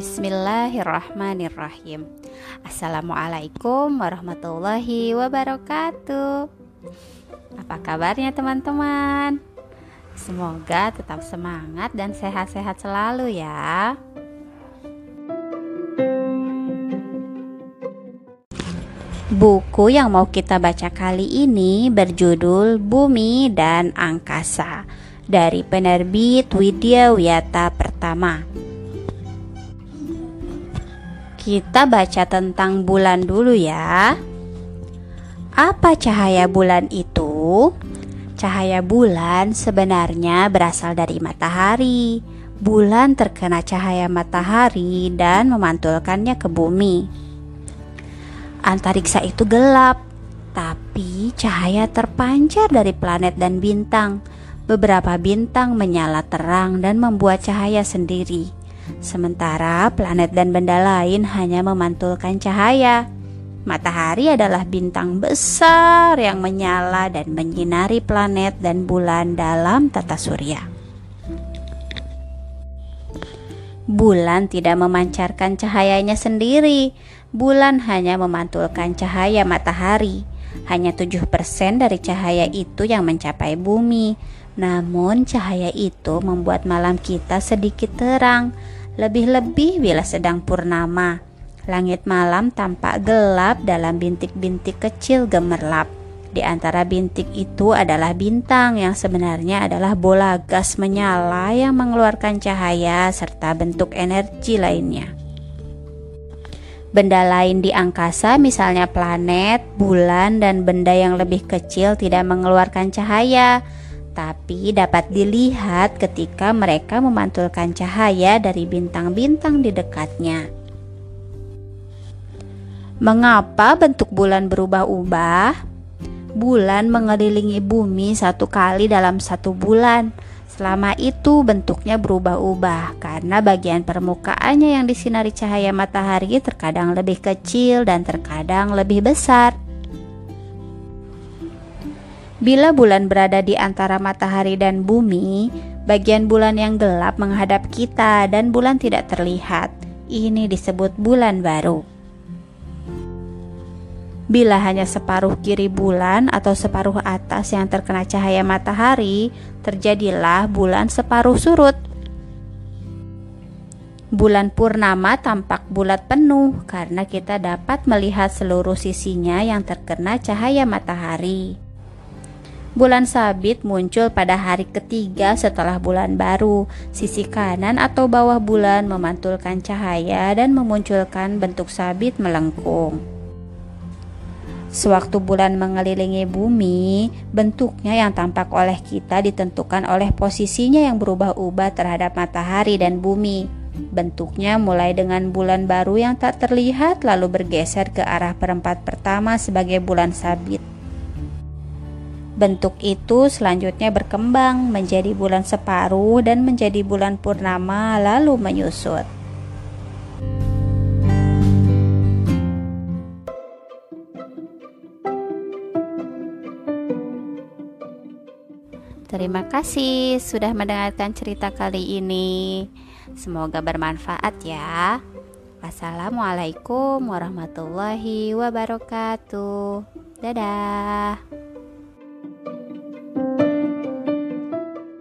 Bismillahirrahmanirrahim. Assalamualaikum warahmatullahi wabarakatuh. Apa kabarnya teman-teman? Semoga tetap semangat dan sehat-sehat selalu ya. Buku yang mau kita baca kali ini berjudul Bumi dan Angkasa dari penerbit Widya Wiyata Pertama. Kita baca tentang bulan dulu ya. Apa cahaya bulan itu? Cahaya bulan sebenarnya berasal dari matahari. Bulan terkena cahaya matahari dan memantulkannya ke bumi. Antariksa itu gelap, tapi cahaya terpancar dari planet dan bintang. Beberapa bintang menyala terang dan membuat cahaya sendiri. Sementara planet dan benda lain hanya memantulkan cahaya. Matahari adalah bintang besar yang menyala dan menyinari planet dan bulan dalam tata surya. Bulan tidak memancarkan cahayanya sendiri. Bulan hanya memantulkan cahaya matahari. Hanya 7% dari cahaya itu yang mencapai bumi. Namun cahaya itu membuat malam kita sedikit terang, lebih-lebih bila sedang purnama. Langit malam tampak gelap dalam bintik-bintik kecil gemerlap. Di antara bintik itu adalah bintang yang sebenarnya adalah bola gas menyala yang mengeluarkan cahaya serta bentuk energi lainnya. Benda lain di angkasa, misalnya planet, bulan, dan benda yang lebih kecil tidak mengeluarkan cahaya, tapi dapat dilihat ketika mereka memantulkan cahaya dari bintang-bintang di dekatnya. Mengapa bentuk bulan berubah-ubah? Bulan mengelilingi bumi satu kali dalam satu bulan. Selama itu bentuknya berubah-ubah karena bagian permukaannya yang disinari cahaya matahari terkadang lebih kecil dan terkadang lebih besar. Bila bulan berada di antara matahari dan bumi, bagian bulan yang gelap menghadap kita dan bulan tidak terlihat. Ini disebut bulan baru. Bila hanya separuh kiri bulan atau separuh atas yang terkena cahaya matahari, terjadilah bulan separuh surut. Bulan purnama tampak bulat penuh karena kita dapat melihat seluruh sisinya yang terkena cahaya matahari. Bulan sabit muncul pada hari ketiga setelah bulan baru. Sisi kanan atau bawah bulan memantulkan cahaya dan memunculkan bentuk sabit melengkung. Sewaktu bulan mengelilingi bumi, bentuknya yang tampak oleh kita ditentukan oleh posisinya yang berubah-ubah terhadap matahari dan bumi. Bentuknya mulai dengan bulan baru yang tak terlihat lalu bergeser ke arah perempat pertama sebagai bulan sabit. Bentuk itu selanjutnya berkembang menjadi bulan separuh dan menjadi bulan purnama lalu menyusut. Terima kasih sudah mendengarkan cerita kali ini. Semoga bermanfaat ya. Wassalamualaikum warahmatullahi wabarakatuh. Dadah.